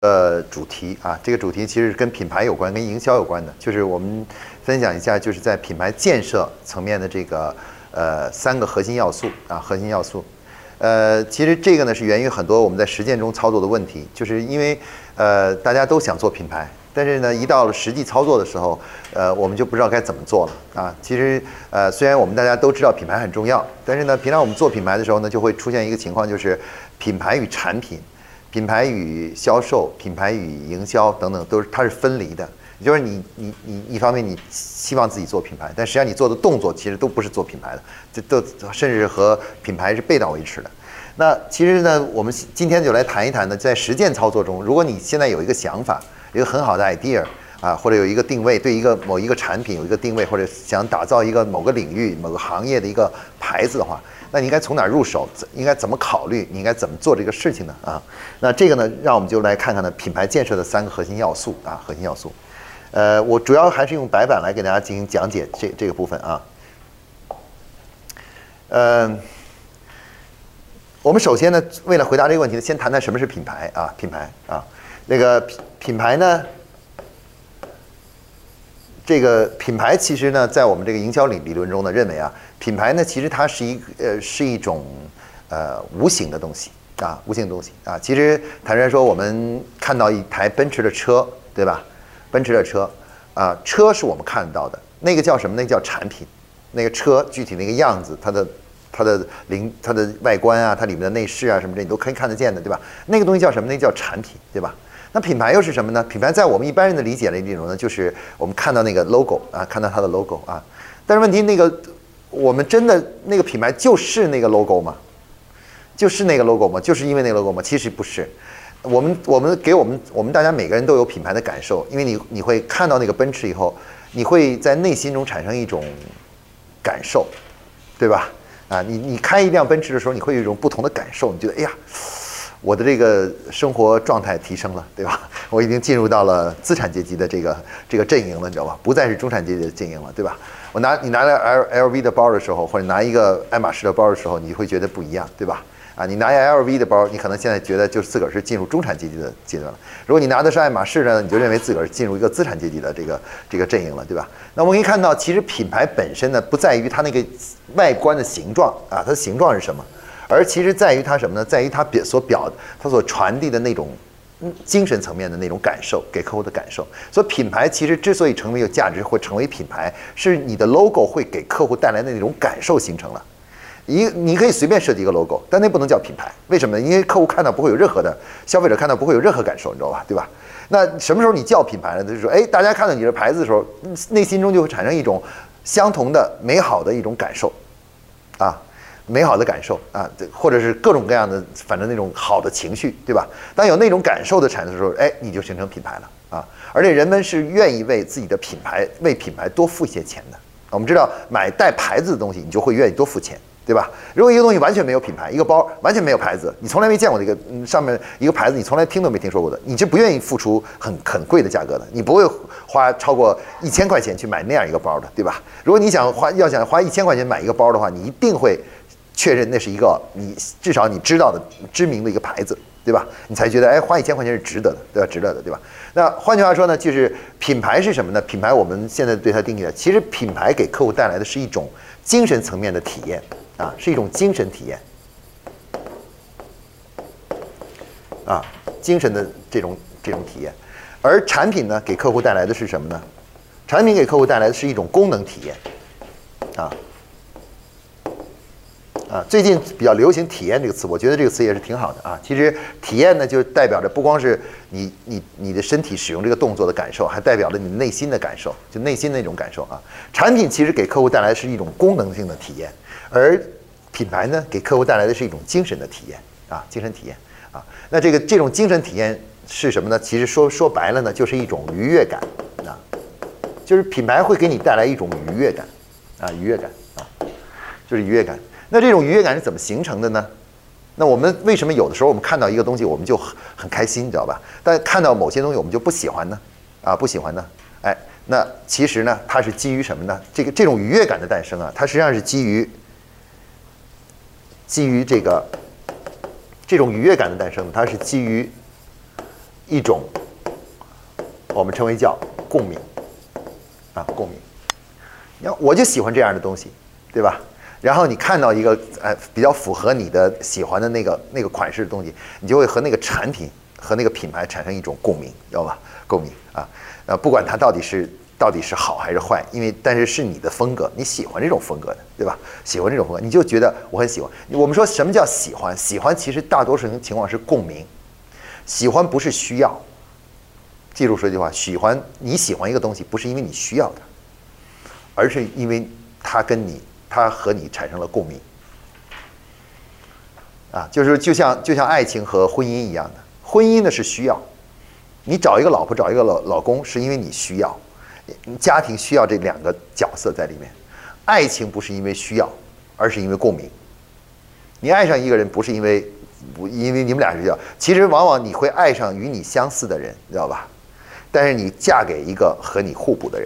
主题啊，这个主题其实跟品牌有关，跟营销有关的，就是我们分享一下，就是在品牌建设层面的这个3个核心要素啊，核心要素。其实这个呢是源于很多我们在实践中操作的问题，就是因为大家都想做品牌，但是呢一到了实际操作的时候，我们就不知道该怎么做了啊。其实虽然我们大家都知道品牌很重要，但是呢平常我们做品牌的时候呢，就会出现一个情况，就是品牌与产品。品牌与销售、品牌与营销等等，它是分离的。也就是你一方面你希望自己做品牌，但实际上你做的动作其实都不是做品牌的，这都甚至和品牌是背道而驰的。那其实呢，我们今天就来谈一谈呢，在实践操作中，如果你现在有一个想法，一个很好的 idea 啊，或者有一个定位，对某一个产品有一个定位，或者想打造一个某个领域、某个行业的一个牌子的话，那你应该从哪入手？应该怎么考虑？你应该怎么做这个事情呢？啊，那这个呢，让我们就来看看呢品牌建设的3个核心要素啊，核心要素。我主要还是用白板来给大家进行讲解这个部分啊。我们首先呢，为了回答这个问题呢，先谈谈什么是品牌啊？品牌啊，那个品牌呢？这个品牌其实呢，在我们这个营销理论中呢，认为啊，品牌呢，其实它是一种无形的东西啊，无形的东西啊。其实坦率说，我们看到一台奔驰的车，对吧？奔驰的车啊，车是我们看到的，那个叫什么？那个叫产品。那个车具体那个样子，它的外观啊，它里面的内饰啊什么的，你都可以看得见的，对吧？那个东西叫什么？那个叫产品，对吧？那品牌又是什么呢？品牌在我们一般人的理解里呢，就是我们看到那个 logo 啊，看到它的 logo 啊。但是问题我们真的那个品牌就是那个 logo 吗？就是那个 logo 吗？就是因为那个 logo 吗？其实不是。我们大家每个人都有品牌的感受，因为你会看到那个奔驰以后，你会在内心中产生一种感受，对吧？啊，你开一辆奔驰的时候，你会有一种不同的感受，你觉得哎呀。我的这个生活状态提升了，对吧？我已经进入到了资产阶级的这个阵营了，你知道吧？不再是中产阶级的阵营了，对吧？你拿了 LV 的包的时候，或者拿一个爱马仕的包的时候，你会觉得不一样，对吧？啊，你拿 LV 的包，你可能现在觉得就是自个儿是进入中产阶级的阶段了。如果你拿的是爱马仕呢，你就认为自个儿进入一个资产阶级的这个阵营了，对吧？那我们可以看到，其实品牌本身呢，不在于它那个外观的形状啊，它的形状是什么？而其实在于它什么呢？在于它所传递的那种精神层面的那种感受，给客户的感受。所以品牌其实之所以成为有价值，会成为品牌，是你的 logo 会给客户带来的那种感受形成了。你可以随便设计一个 logo， 但那不能叫品牌。为什么呢？因为客户看到不会有任何的，消费者看到不会有任何感受，你知道吧？对吧？那什么时候你叫品牌呢？就是说，哎，大家看到你的牌子的时候，内心中就会产生一种相同的美好的一种感受，啊。美好的感受啊，或者是各种各样的，反正那种好的情绪，对吧？当有那种感受的产生的时候，哎，你就形成品牌了啊！而且人们是愿意为自己的品牌多付一些钱的。我们知道买带牌子的东西，你就会愿意多付钱，对吧？如果一个东西完全没有品牌，一个包完全没有牌子，你从来没见过这个上面一个牌子，你从来听都没听说过的，你是不愿意付出很贵的价格的，你不会花超过1000块钱去买那样一个包的，对吧？如果你想花1000块钱买一个包的话，你一定会确认那是一个至少你知道的知名的一个牌子，对吧？你才觉得哎，花1000块钱是值得的，对吧？值得的，对吧？那换句话说呢，就是品牌是什么呢？品牌我们现在对它定义的，其实品牌给客户带来的是一种精神层面的体验啊，是一种精神体验啊，精神的这种体验。而产品呢，给客户带来的是什么呢？产品给客户带来的是一种功能体验啊。最近比较流行"体验"这个词，我觉得这个词也是挺好的啊。其实体验呢，就代表着不光是你的身体使用这个动作的感受，还代表着你内心的感受，就内心的那种感受啊。产品其实给客户带来的是一种功能性的体验，而品牌呢，给客户带来的是一种精神的体验啊，精神体验啊。那这种精神体验是什么呢？其实说白了呢，就是一种愉悦感啊，就是品牌会给你带来一种愉悦感啊，愉悦感啊，就是愉悦感。那这种愉悦感是怎么形成的呢？那我们为什么有的时候我们看到一个东西我们就很开心，你知道吧？但看到某些东西我们就不喜欢呢？啊，不喜欢呢？哎，那其实呢，它是基于什么呢？这种愉悦感的诞生啊，它实际上是基于这种愉悦感的诞生，它是基于一种我们称为叫共鸣啊，共鸣。你看，我就喜欢这样的东西，对吧？然后你看到一个比较符合你的喜欢的那个款式的东西，你就会和那个产品和那个品牌产生一种共鸣，知道吧？共鸣啊，不管它到底是好还是坏，但是是你的风格，你喜欢这种风格的，对吧？喜欢这种风格，你就觉得我很喜欢。我们说什么叫喜欢？喜欢其实大多数情况是共鸣，喜欢不是需要。记住说一句话：你喜欢一个东西，不是因为你需要它，而是因为它和你产生了共鸣。啊，就像爱情和婚姻一样的，婚姻呢是需要，你找一个老婆找一个老公是因为你需要，家庭需要这两个角色在里面。爱情不是因为需要，而是因为共鸣。你爱上一个人不是因为你们俩是需要，其实往往你会爱上与你相似的人，知道吧？但是你嫁给一个和你互补的人，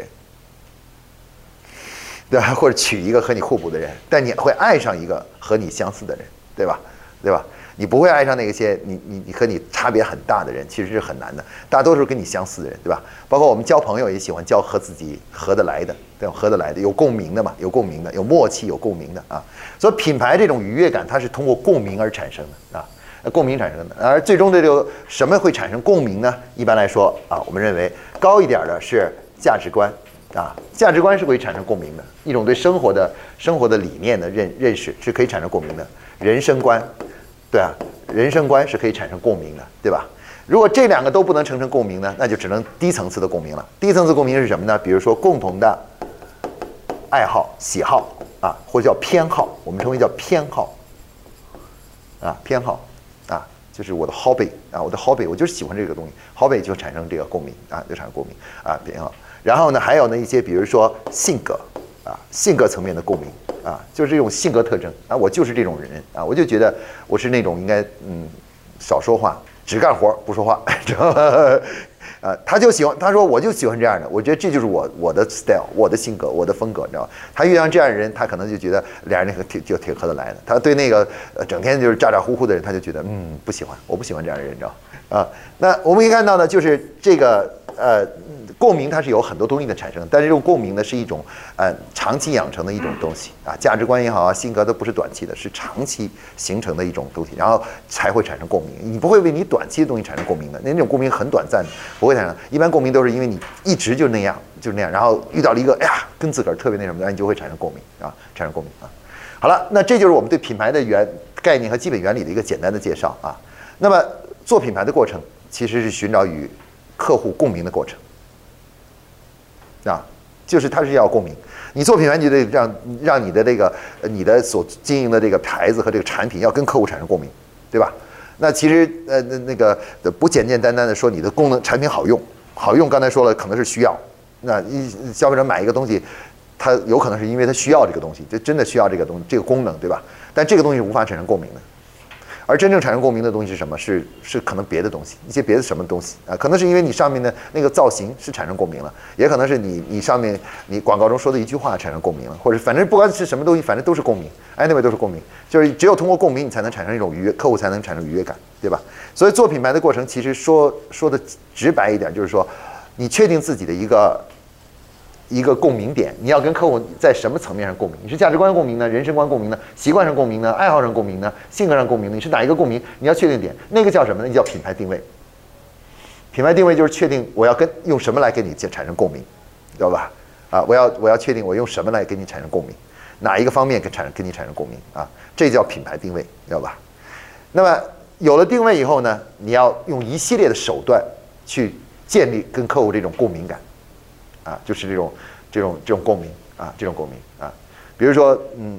对吧？或者娶一个和你互补的人，但你会爱上一个和你相似的人，对吧？对吧？你不会爱上那些你和你差别很大的人，其实是很难的。大多数跟你相似的人，对吧？包括我们交朋友也喜欢交和自己合得来的，对吧？合得来的，有共鸣的嘛，有共鸣的，有默契，有共鸣的啊。所以品牌这种愉悦感，它是通过共鸣而产生的啊。共鸣产生的，而最终的这个什么会产生共鸣呢？一般来说啊，我们认为高一点的是价值观啊，价值观是会产生共鸣的，一种对生活的理念的认识是可以产生共鸣的。人生观，对啊，人生观是可以产生共鸣的，对吧？如果这两个都不能形成共鸣呢，那就只能低层次的共鸣了。低层次共鸣是什么呢？比如说共同的爱好、喜好啊，或者叫偏好，我们称为叫偏好啊，偏好。啊，就是我的 hobby 啊，我的 hobby， 我就是喜欢这个东西 ，hobby 就产生这个共鸣啊，就产生共鸣啊，偏好。然后呢，还有呢一些，比如说性格啊，性格层面的共鸣啊，就是这种性格特征啊，我就是这种人啊，我就觉得我是那种应该少说话，只干活不说话，他就喜欢，他说我就喜欢这样的，我觉得这就是我的 style， 我的性格，我的风格，你知道吗？他遇上这样的人，他可能就觉得俩人挺合得来的。他对那个整天就是咋咋呼呼的人，他就觉得不喜欢，我不喜欢这样的人，你知道啊？那我们可以看到呢，就是这个共鸣它是有很多东西的产生，但是这种共鸣呢是一种长期养成的一种东西啊，价值观也好啊，性格都不是短期的，是长期形成的一种东西，然后才会产生共鸣。你不会为你短期的东西产生共鸣的，那种共鸣很短暂的，不会产生。一般共鸣都是因为你一直就那样，然后遇到了一个跟自个儿特别那什么的，你就会产生共鸣啊，产生共鸣啊。好了，那这就是我们对品牌的概念和基本原理的一个简单的介绍啊。那么做品牌的过程其实是寻找与客户共鸣的过程。啊，就是它是要共鸣。你做品牌，你得让你的你的所经营的这个牌子和这个产品要跟客户产生共鸣，对吧？那其实那个不简简单单的说你的功能产品好用，刚才说了可能是需要。那消费者买一个东西，他有可能是因为他需要这个东西，就真的需要这个这个功能，对吧？但这个东西是无法产生共鸣的。而真正产生共鸣的东西是什么？是可能别的东西，一些别的什么东西啊？可能是因为你上面的那个造型是产生共鸣了，也可能是你上面你广告中说的一句话产生共鸣了，或者反正不管是什么东西，反正都是共鸣，anyway 都是共鸣，就是只有通过共鸣，你才能产生一种愉悦，客户才能产生愉悦感，对吧？所以做品牌的过程，其实说的直白一点，就是说你确定自己的一个共鸣点，你要跟客户在什么层面上共鸣？你是价值观共鸣呢？人生观共鸣呢？习惯上共鸣呢？爱好上共鸣呢？性格上共鸣呢？你是哪一个共鸣？你要确定点，那个叫什么呢？叫品牌定位。品牌定位就是确定我要用什么来跟你产生共鸣，知道吧？啊，我要确定我用什么来跟你产生共鸣，哪一个方面跟你产生共鸣啊？这叫品牌定位，知道吧？那么有了定位以后呢，你要用一系列的手段去建立跟客户这种共鸣感。啊，就是这种共鸣啊，这种共鸣啊，比如说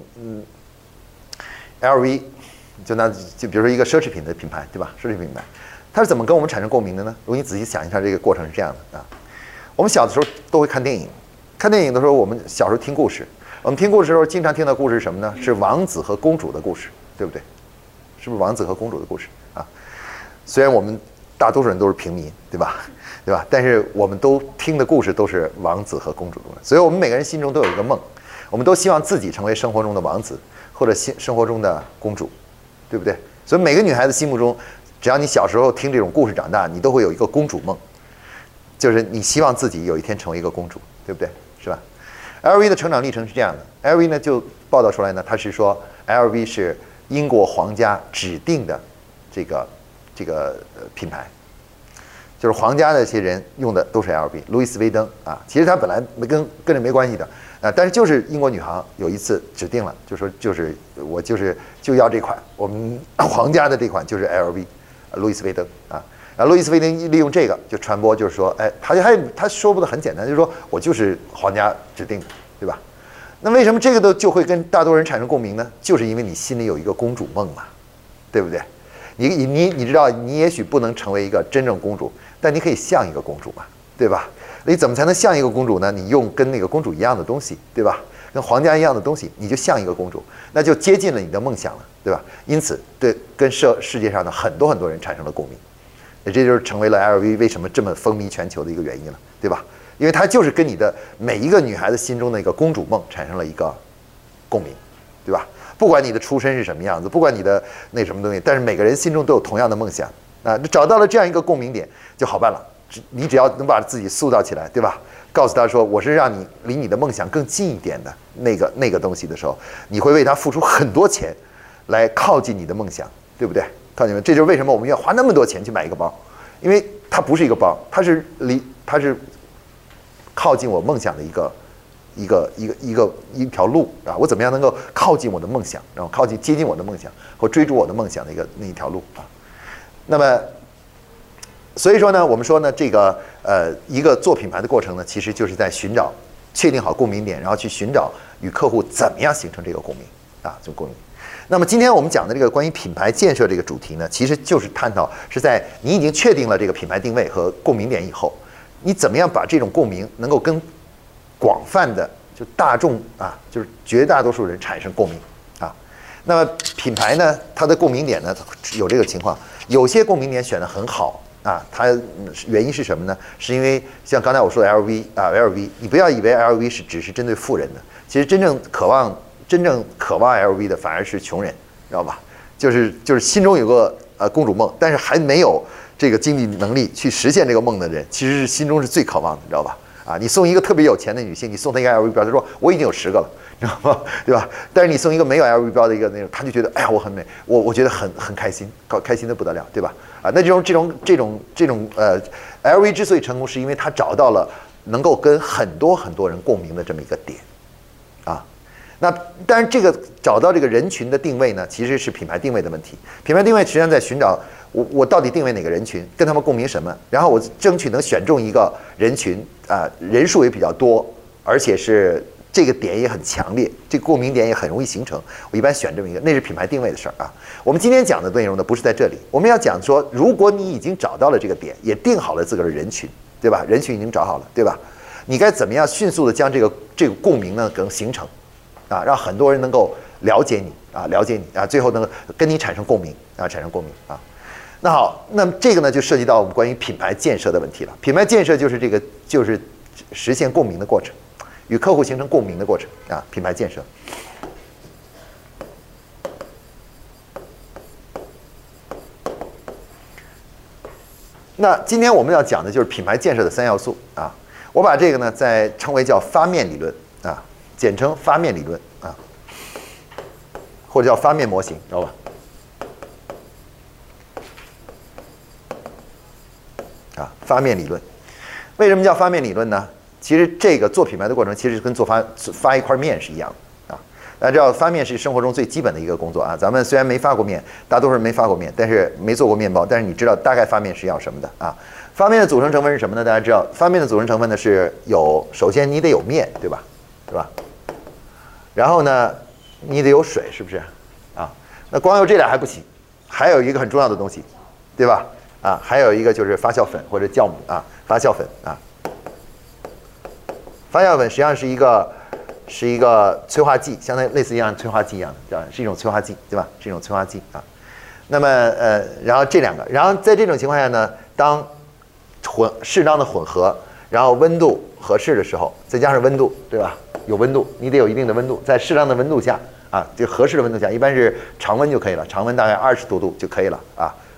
LV， 就比如说一个奢侈品的品牌，对吧？奢侈品品牌，它是怎么跟我们产生共鸣的呢？如果你仔细想一下，这个过程是这样的啊。我们小的时候都会看电影，看电影的时候，我们小时候听故事，我们听故事的时候经常听到故事是什么呢？是王子和公主的故事，对不对？是不是王子和公主的故事啊？虽然我们大多数人都是平民，对吧？对吧？但是我们都听的故事都是王子和公主的故事，所以我们每个人心中都有一个梦，我们都希望自己成为生活中的王子或者生活中的公主，对不对？所以每个女孩子心目中只要你小时候听这种故事长大，你都会有一个公主梦，就是你希望自己有一天成为一个公主，对不对？是吧 ？LV 的成长历程是这样的 ，LV 呢就报道出来呢，他是说 LV 是英国皇家指定的这个品牌。就是皇家的一些人用的都是 LV， 路易斯威登啊，其实他本来跟这没关系的，但是就是英国女航有一次指定了，就说我就要这款，我们皇家的这款就是 LV， 路易斯威登啊，路易斯威登利用这个就传播，就是说，哎，他说不的很简单，就是说我就是皇家指定的，对吧？那为什么这个就会跟大多人产生共鸣呢？就是因为你心里有一个公主梦嘛，对不对？你知道，你也许不能成为一个真正公主，但你可以像一个公主嘛，对吧？你怎么才能像一个公主呢？你用跟那个公主一样的东西，对吧？跟皇家一样的东西，你就像一个公主，那就接近了你的梦想了，对吧？因此，对跟世界上的很多人产生了共鸣，这就是成为了 LV 为什么这么风靡全球的一个原因了，对吧？因为它就是跟你的每一个女孩子心中的一个公主梦产生了一个共鸣，对吧？不管你的出身是什么样子，不管你的那什么东西，但是每个人心中都有同样的梦想啊！找到了这样一个共鸣点就好办了。你只要能把自己塑造起来，对吧？告诉他说我是让你离你的梦想更近一点的那个东西的时候，你会为他付出很多钱，来靠近你的梦想，对不对？靠近，这就是为什么我们愿意花那么多钱去买一个包，因为它不是一个包，它是靠近我梦想的一条路啊！我怎么样能够靠近我的梦想，然后接近我的梦想或追逐我的梦想的那一条路啊？那么，所以说呢，我们说呢，这个一个做品牌的过程呢，其实就是在确定好共鸣点，然后去寻找与客户怎么样形成这个共鸣啊，这个共鸣。那么今天我们讲的这个关于品牌建设这个主题呢，其实就是探讨是在你已经确定了这个品牌定位和共鸣点以后，你怎么样把这种共鸣能够跟广泛的就大众啊，就是绝大多数人产生共鸣啊。那么品牌呢，它的共鸣点呢有这个情况，有些共鸣点选得很好啊，它原因是什么呢？是因为像刚才我说的 LV 啊 ，LV， 你不要以为 LV 只是针对富人的，其实真正渴望 LV 的反而是穷人，知道吧？就是心中有个公主梦，但是还没有这个经济能力去实现这个梦的人，其实是心中是最渴望的，你知道吧？啊，你送一个特别有钱的女性，你送她一个 LV 标，她说我已经有10个了，知道吗？对吧？但是你送一个没有 LV 标的一个那种，她就觉得哎呀我很美，我觉得很开心，开心的不得了，对吧？啊，那这种LV 之所以成功，是因为它找到了能够跟很多人共鸣的这么一个点，啊。那但是这个找到这个人群的定位呢，其实是品牌定位的问题。品牌定位实际上在寻找我到底定位哪个人群，跟他们共鸣什么，然后我争取能选中一个人群啊，人数也比较多，而且是这个点也很强烈，这个共鸣点也很容易形成。我一般选这么一个，那是品牌定位的事儿啊。我们今天讲的内容呢，不是在这里，我们要讲说，如果你已经找到了这个点，也定好了自个儿的人群，对吧？人群已经找好了，对吧？你该怎么样迅速的将这个共鸣呢能形成？啊，让很多人能够了解你啊，最后能跟你产生共鸣啊。那好，那么这个呢就涉及到我们关于品牌建设的问题了。品牌建设就是实现共鸣的过程，与客户形成共鸣的过程啊。品牌建设。那今天我们要讲的就是品牌建设的3要素啊。我把这个呢再称为叫发面理论啊。简称发面理论啊，或者叫发面模型，知道吧？啊，发面理论，为什么叫发面理论呢？其实这个做品牌的过程，其实跟发一块面是一样的啊。大家知道发面是生活中最基本的一个工作啊。咱们虽然没发过面，大多数人没发过面，但是没做过面包，但是你知道大概发面是要什么的啊？发面的组成成分是什么呢？大家知道，发面的组成成分呢是首先你得有面，对吧？然后呢，你得有水，是不是？啊，那光有这俩还不行，还有一个很重要的东西，对吧？啊，还有一个就是发酵粉或者酵母啊，发酵粉啊。发酵粉实际上是一个催化剂，相当于类似像催化剂一样的，是一种催化剂，对吧？是一种催化剂啊。那么然后这两个，然后在这种情况下呢，当适当的混合，然后温度合适的时候，再加上温度，对吧？有温度，你得有一定的温度，在适当的温度下啊，就合适的温度下，一般是常温就可以了，常温大概20多度就可以了啊。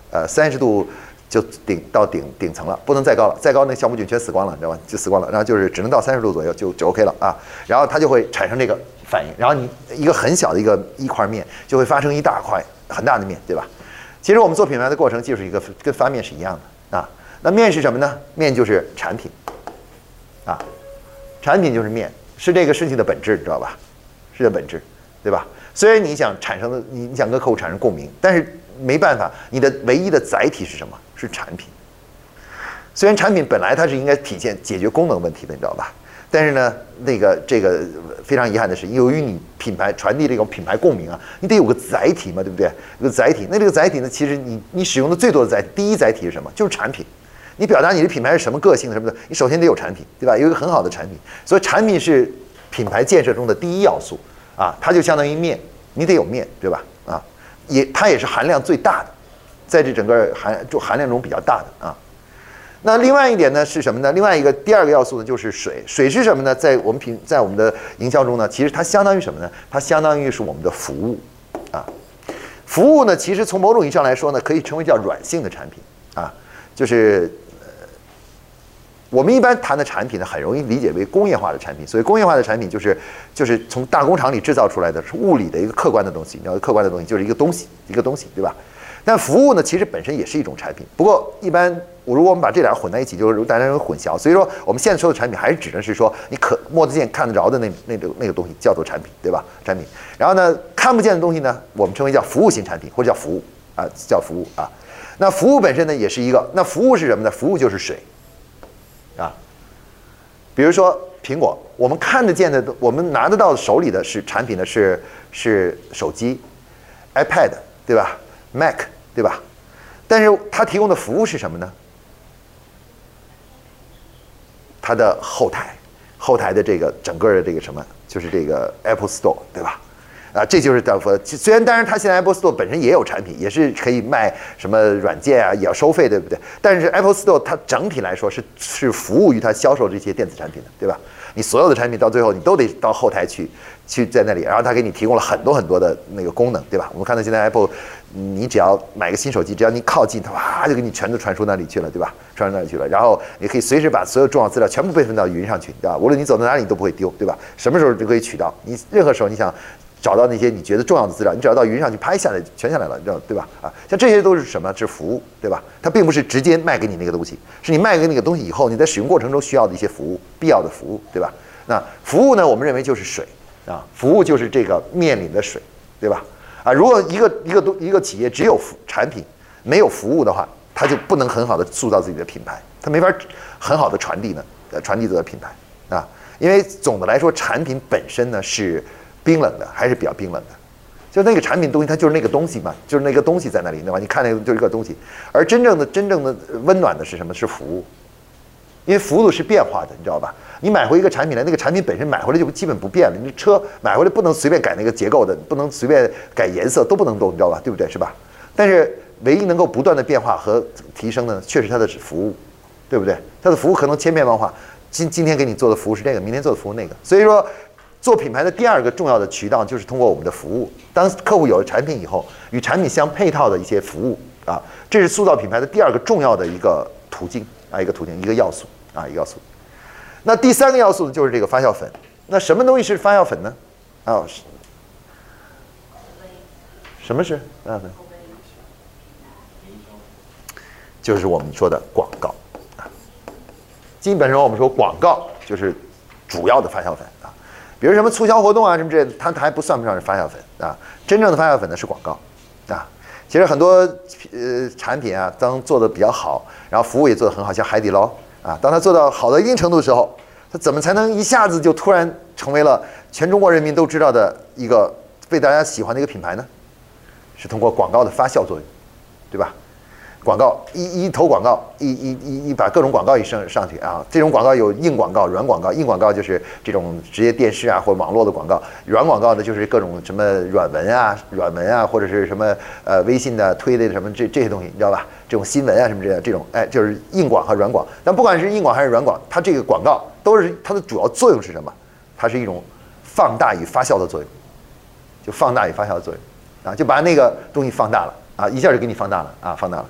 30度就到顶层了，不能再高了，再高那酵母菌全死光了，你知道吗？就死光了，然后就是只能到30度左右就 OK 了啊。然后它就会产生这个反应，然后你一个很小的一块面就会发生一大块很大的面，对吧？其实我们做品牌的过程就是一个跟发面是一样的啊。那面是什么呢？面就是产品啊，产品就是面，是这个事情的本质，你知道吧？是这本质，对吧？虽然你想产生的，你想跟客户产生共鸣，但是没办法，你的唯一的载体是什么？是产品。虽然产品本来它是应该体现解决功能问题的，你知道吧？但是呢，这个非常遗憾的是，由于你品牌传递这种品牌共鸣啊，你得有个载体嘛，对不对？有个载体，那这个载体呢，其实你使用的最多的载体，第一载体是什么？就是产品。你表达你的品牌是什么个性什么的，你首先得有产品，对吧？有一个很好的产品，所以产品是品牌建设中的第一要素啊，它就相当于面，你得有面，对吧？啊，它也是含量最大的，在这整个含量中比较大的啊。那另外一点呢是什么呢？另外一个第二个要素呢就是水。水是什么呢？在我们的营销中呢，其实它相当于什么呢？它相当于是我们的服务啊。服务呢，其实从某种意义上来说呢，可以称为叫软性的产品啊，就是我们一般谈的产品呢，很容易理解为工业化的产品。所以工业化的产品就是从大工厂里制造出来的，是物理的一个客观的东西。你知道，客观的东西就是一个东西，对吧？但服务呢，其实本身也是一种产品。不过一般如果我们把这俩混在一起，就是大家有混淆。所以说，我们现在说的产品还是指的是说你摸得见、看得着的那个东西叫做产品，对吧？产品。然后呢，看不见的东西呢，我们称为叫服务型产品或者叫服务啊，叫服务啊。那服务本身呢，也是一个。那服务是什么呢？服务就是水。啊，比如说苹果，我们看得见的，我们拿得到手里的是产品的是手机 ，iPad 对吧 ？Mac 对吧？但是它提供的服务是什么呢？它的后台的这个整个的这个什么，就是这个 Apple Store 对吧？啊，这就是虽然当然它现在 Apple Store 本身也有产品，也是可以卖什么软件啊，也要收费，对不对？但是 Apple Store 它整体来说是服务于它销售这些电子产品的，对吧？你所有的产品到最后你都得到后台去在那里，然后它给你提供了很多的那个功能，对吧？我们看到现在 Apple， 你只要买个新手机，只要你靠近它，哇，就给你全都传输那里去了，对吧？传输那里去了，然后你可以随时把所有重要资料全部备份到云上去，对吧？无论你走到哪里你都不会丢，对吧？什么时候就可以取到，你任何时候你想找到那些你觉得重要的资料，你只要到云上去拍下来，全下来了，你知道对吧？啊，像这些都是什么？是服务，对吧？它并不是直接卖给你那个东西，是你卖给那个东西以后，你在使用过程中需要的一些服务，必要的服务，对吧？那服务呢，我们认为就是水啊，服务就是这个面里的水，对吧？啊，如果一个企业只有产品没有服务的话，它就不能很好的塑造自己的品牌，它没法很好的传递自己的品牌啊，因为总的来说，产品本身呢是冰冷的，还是比较冰冷的。就那个产品东西，它就是那个东西嘛，就是那个东西在那里，对吧？你看那个就是一个东西，而真正的温暖的是什么？是服务，因为服务是变化的，你知道吧？你买回一个产品来，那个产品本身买回来就基本不变了。你车买回来不能随便改那个结构的，不能随便改颜色，都不能动，你知道吧？对不对？是吧？但是唯一能够不断的变化和提升的，确实它的服务，对不对？它的服务可能千变万化。今天给你做的服务是这个，明天做的服务那个，所以说。做品牌的第二个重要的渠道就是通过我们的服务。当客户有了产品以后，与产品相配套的一些服务啊，这是塑造品牌的第二个重要的一个途径啊，一个要素啊，一个要素。那第三个要素就是这个发酵粉。那什么东西是发酵粉呢？啊，什么是发酵粉？就是我们说的广告啊。基本上我们说广告就是主要的发酵粉啊。比如什么促销活动啊什么之类的，它还不算不上是发酵粉啊。真正的发酵粉呢是广告啊。其实很多产品啊，当做的比较好，然后服务也做得很好，像海底捞啊，当它做到好到一定程度的时候，它怎么才能一下子就突然成为了全中国人民都知道的一个被大家喜欢的一个品牌呢？是通过广告的发酵作用，对吧？广告一投广告，把各种广告上去啊，这种广告有硬广告、软广告。硬广告就是这种职业电视啊或者网络的广告，软广告呢就是各种什么软文啊，或者是什么微信的推的什么这些东西，你知道吧？这种新闻啊什么这种，哎，就是硬广和软广。但不管是硬广还是软广，它这个广告都是它的主要作用是什么？它是一种放大与发酵的作用，就放大与发酵的作用啊，就把那个东西放大了啊，一下就给你放大了啊，放大了。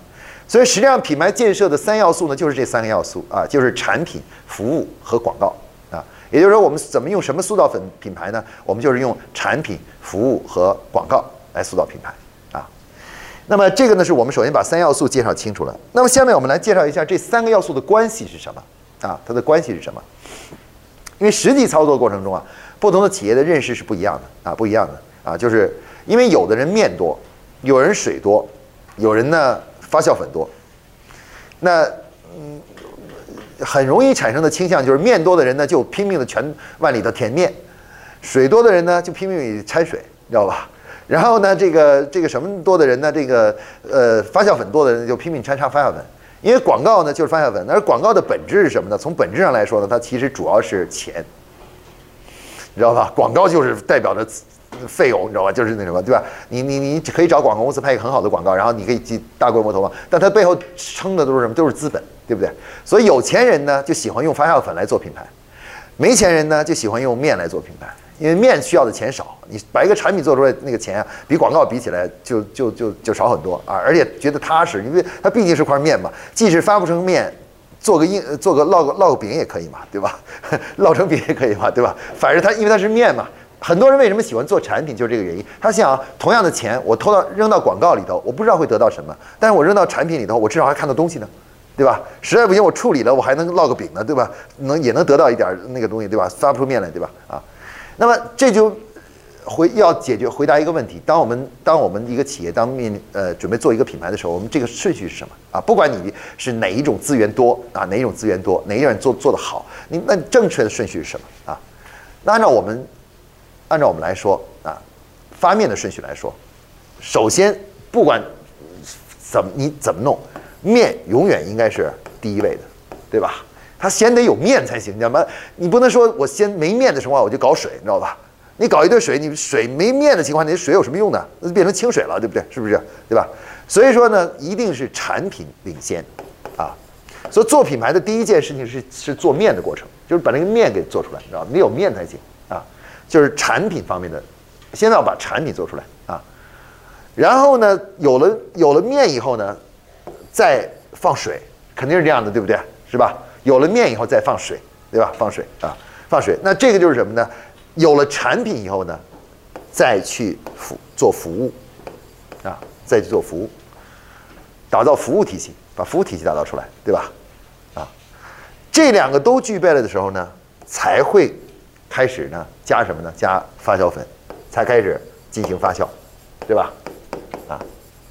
所以实际上品牌建设的3要素呢，就是这3个要素啊，就是产品、服务和广告啊。也就是说，我们怎么用什么塑造品牌呢？我们就是用产品、服务和广告来塑造品牌啊。那么这个呢，是我们首先把3要素介绍清楚了。那么下面我们来介绍一下这3个要素的关系是什么啊？它的关系是什么？因为实际操作过程中啊，不同的企业的认识是不一样的啊，不一样的啊，就是因为有的人面多，有人水多，有人呢发酵粉多，那很容易产生的倾向就是面多的人呢就拼命的全往里头填面，水多的人呢就拼命地掺水，你知道吧？然后呢，这个什么多的人呢，发酵粉多的人就拼命掺发酵粉。因为广告呢就是发酵粉，而广告的本质是什么呢？从本质上来说呢，它其实主要是钱，你知道吧？广告就是代表着费用，你知道吧？就是那什么，对吧？你可以找广告公司拍一个很好的广告，然后你可以大规模投放，但它背后撑的都是什么？都是资本，对不对？所以有钱人呢就喜欢用发酵粉来做品牌，没钱人呢就喜欢用面来做品牌。因为面需要的钱少，你把一个产品做出来，那个钱啊，比广告比起来就少很多啊，而且觉得踏实，因为它毕竟是块面嘛，即使发不成面，做个烙个饼也可以嘛，对吧？烙成饼也可以嘛，对吧？反正因为它是面嘛，很多人为什么喜欢做产品，就是这个原因。他想同样的钱，我扔到广告里头，我不知道会得到什么，但是我扔到产品里头，我至少还看到东西呢。对吧？实在不行，我处理了，我还能烙个饼呢，对吧？也能得到一点那个东西，对吧？发不出面来，对吧？啊。那么这就要回答一个问题：当我们一个企业准备做一个品牌的时候，我们这个顺序是什么啊？不管你是哪一种资源多啊，哪一种资源多，哪一种人做得好，那正确的顺序是什么啊？那按照我们来说啊，发面的顺序来说，首先不管你怎么弄，面永远应该是第一位的，对吧？它先得有面才行，你知道吗？你不能说我先没面的情况我就搞水，你知道吧？你搞一堆水，你水没面的情况下，那水有什么用呢？那就变成清水了，对不对？是不是？对吧？所以说呢，一定是产品领先啊。所以做品牌的第一件事情是做面的过程，就是把那个面给做出来，你知道吗？你有面才行啊。就是产品方面的，先要把产品做出来啊。然后呢，有了面以后呢，再放水，肯定是这样的，对不对？是吧？有了面以后再放水，对吧？放水啊，放水。那这个就是什么呢？有了产品以后呢，再去做服务，啊，再去做服务，打造服务体系，把服务体系打造出来，对吧？啊，这两个都具备了的时候呢，才会开始呢加什么呢？加发酵粉，才开始进行发酵，对吧？啊，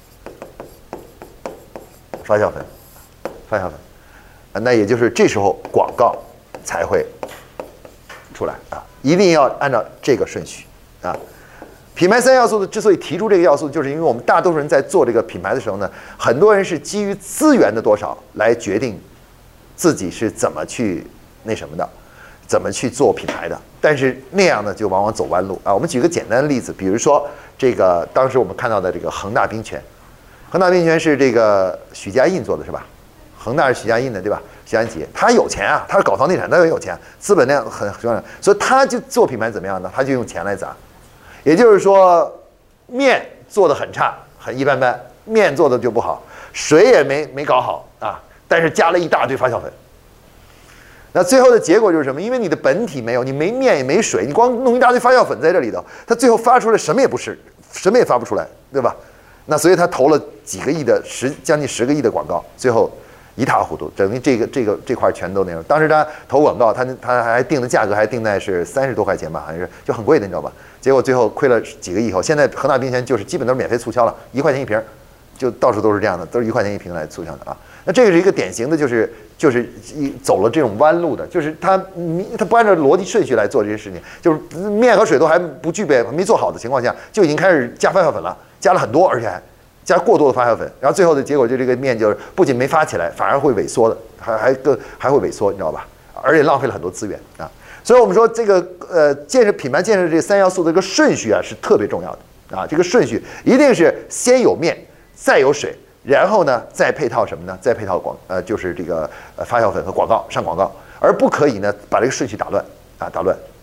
发酵粉，发酵粉。那也就是这时候广告才会出来啊，一定要按照这个顺序啊。品牌3要素之所以提出这个要素，就是因为我们大多数人在做这个品牌的时候呢，很多人是基于资源的多少来决定自己是怎么去那什么的，怎么去做品牌的。但是那样呢，就往往走弯路啊。我们举个简单的例子，比如说这个当时我们看到的这个恒大冰泉，恒大冰泉是这个许家印做的是吧？恒大是许家印的，对吧？许家印企业，他有钱啊，他是搞房地产，他很有钱，资本量很重要，所以他就做品牌怎么样呢？他就用钱来砸。也就是说，面做的很差，很一般般，面做的就不好，水也没搞好啊，但是加了一大堆发酵粉。那最后的结果就是什么？因为你的本体没有，你没面也没水，你光弄一大堆发酵粉在这里头，它最后发出来什么也不是，什么也发不出来，对吧？那所以他投了几个亿的将近10个亿的广告，最后一塌糊涂，等于这块全都那样。当时他投广告，他还定的价格还定在是30多块钱吧，好像是就很贵的，你知道吧？结果最后亏了几个亿以后，现在恒大冰泉就是基本都是免费促销了，1块钱一瓶，就到处都是这样的，都是1块钱一瓶来促销的啊。那这个是一个典型的，就是走了这种弯路的，就是他不按照逻辑顺序来做这些事情，就是面和水都还不具备、没做好的情况下，就已经开始加发酵粉了，加了很多，而且还加过多的发酵粉，然后最后的结果就这个面就是不仅没发起来，反而会萎缩的，还会萎缩，你知道吧？而且浪费了很多资源啊。所以我们说这个品牌建设这3要素的这个顺序啊是特别重要的啊，这个顺序一定是先有面，再有水。然后呢，再配套什么呢？再配套就是这个发酵粉和广告上广告，而不可以呢把这个顺序打乱啊，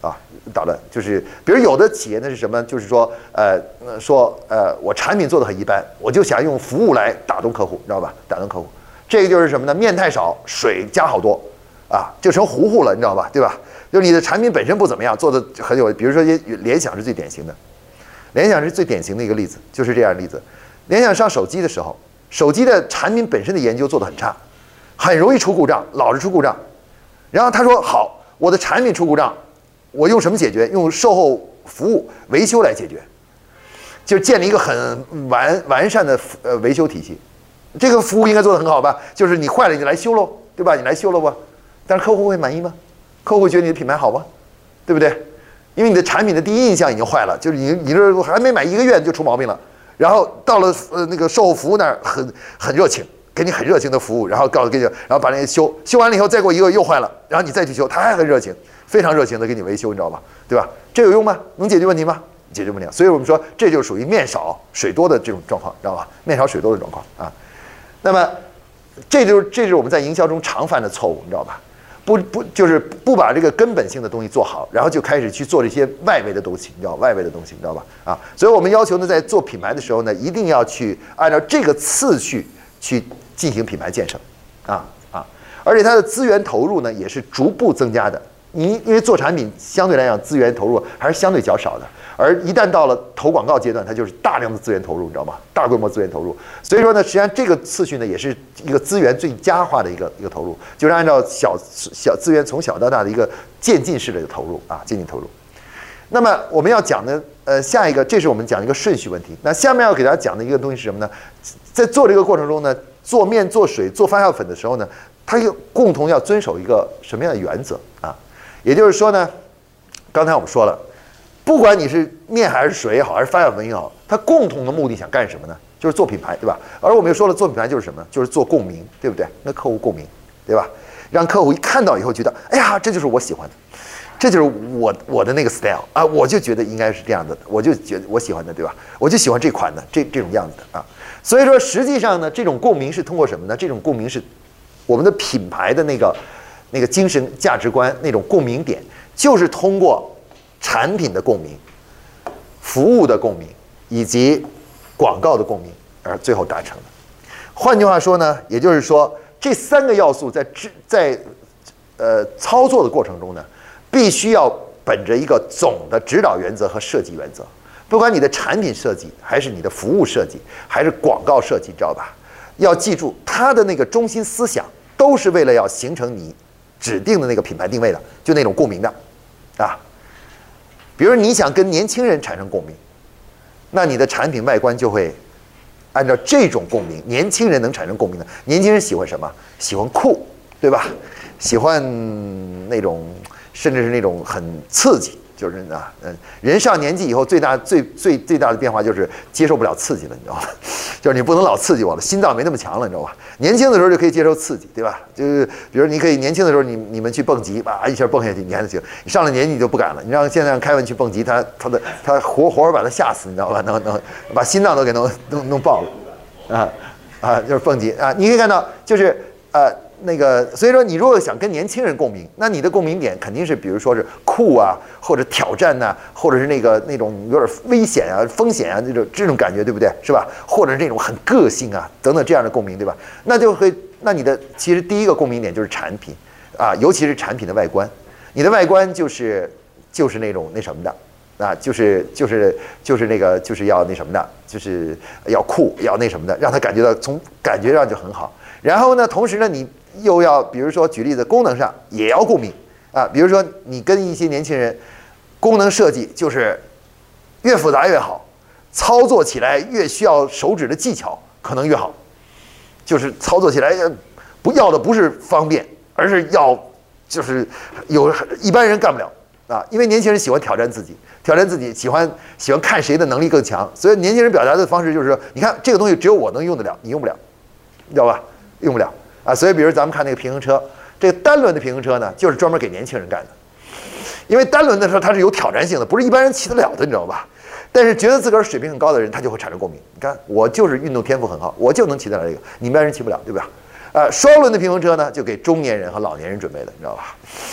捣乱，就是比如有的企业呢是什么？就是说我产品做得很一般，我就想用服务来打动客户，你知道吧？打动客户，这个就是什么呢？面太少，水加好多，啊，就成糊糊了，你知道吧？对吧？就是你的产品本身不怎么样，做的很有，比如说联想是最典型的，联想是最典型的一个例子，就是这样的例子。联想上手机的时候，手机的产品本身的研究做得很差，很容易出故障，老是出故障。然后他说好，我的产品出故障，我用什么解决？用售后服务维修来解决，就建立一个很完善的维修体系。这个服务应该做得很好吧？就是你坏了你来修喽，对吧？你来修了吧？但是客户会满意吗？客户会觉得你的品牌好吗？对不对？因为你的产品的第一印象已经坏了，就是你这还没买1个月就出毛病了。然后到了那个售后服务那儿很热情，给你很热情的服务，然后给你，然后把那个修完了以后，再过1个月又坏了，然后你再去修，他还很热情，非常热情的给你维修，你知道吧？对吧？这有用吗？能解决问题吗？解决不了。所以我们说这就属于面少水多的这种状况，知道吧？面少水多的状况啊。那么这是我们在营销中常犯的错误，你知道吧？就是不把这个根本性的东西做好，然后就开始去做这些外围的东西，你知道外围的东西，你知道吧？啊，所以我们要求呢，在做品牌的时候呢，一定要去按照这个次序去进行品牌建设，而且它的资源投入呢也是逐步增加的。因为做产品相对来讲资源投入还是相对较少的，而一旦到了投广告阶段，它就是大量的资源投入，你知道吗？大规模资源投入。所以说呢，实际上这个次序呢，也是一个资源最佳化的一个投入，就是按照小资源从小到大的一个渐进式的投入啊，渐进投入。那么我们要讲的下一个，这是我们讲一个顺序问题。那下面要给大家讲的一个东西是什么呢？在做这个过程中呢，做面、做水、做发酵粉的时候呢，它共同要遵守一个什么样的原则啊？也就是说呢，刚才我们说了，不管你是面还是水也好，还是发酵粉也好，它共同的目的想干什么呢？就是做品牌，对吧？而我们又说了，做品牌就是什么？就是做共鸣，对不对？跟客户共鸣，对吧？让客户一看到以后觉得，哎呀，这就是我喜欢的，这就是我的那个 style 啊，我就觉得应该是这样的，我就觉得我喜欢的，对吧？我就喜欢这款的这种样子的啊。所以说，实际上呢，这种共鸣是通过什么呢？这种共鸣是我们的品牌的那个精神价值观那种共鸣点，就是通过产品的共鸣、服务的共鸣以及广告的共鸣而最后达成的。换句话说呢，也就是说这3个要素在操作的过程中呢，必须要本着一个总的指导原则和设计原则。不管你的产品设计，还是你的服务设计，还是广告设计，知道吧？要记住它的那个中心思想，都是为了要形成你指定的那个品牌定位的，就那种共鸣的，啊，比如你想跟年轻人产生共鸣，那你的产品外观就会按照这种共鸣，年轻人能产生共鸣的。年轻人喜欢什么？喜欢酷，对吧？喜欢那种，甚至是那种很刺激，就是啊，人上年纪以后最大的变化就是接受不了刺激了，你知道吗？就是你不能老刺激我了，心脏没那么强了，你知道吧？年轻的时候就可以接受刺激，对吧？就是比如你可以年轻的时候，你们去蹦极，一下蹦下去，你还能行。你上了年纪你就不敢了。你让现在让凯文去蹦极，他活把他吓死，你知道吧？能把心脏都给弄爆了，就是蹦极啊！你可以看到，就是那个，所以说你如果想跟年轻人共鸣，那你的共鸣点肯定是，比如说是酷啊，或者挑战呐，或者是那种有点危险啊、风险啊这种感觉，对不对？是吧？或者是这种很个性啊等等这样的共鸣，对吧？那你的其实第一个共鸣点就是产品啊，尤其是产品的外观，你的外观就是那种那什么的。啊，就是那个就是要那什么的，就是要酷，要那什么的，让他感觉到从感觉上就很好。然后呢，同时呢，你又要比如说举例子，功能上也要共鸣啊。比如说你跟一些年轻人，功能设计就是越复杂越好，操作起来越需要手指的技巧可能越好，就是操作起来不要的不是方便，而是要就是一般人干不了。啊，因为年轻人喜欢挑战自己，喜欢看谁的能力更强，所以年轻人表达的方式就是说，你看这个东西只有我能用得了，你用不了，你知道吧？用不了啊。所以比如咱们看那个平衡车，这个单轮的平衡车呢，就是专门给年轻人干的，因为单轮的时候它是有挑战性的，不是一般人骑得了的，你知道吧？但是觉得自个儿水平很高的人，他就会产生共鸣。你看，我就是运动天赋很好，我就能骑得了这个，你们一般人骑不了，对吧？双轮的平衡车呢，就给中年人和老年人准备的，你知道吧？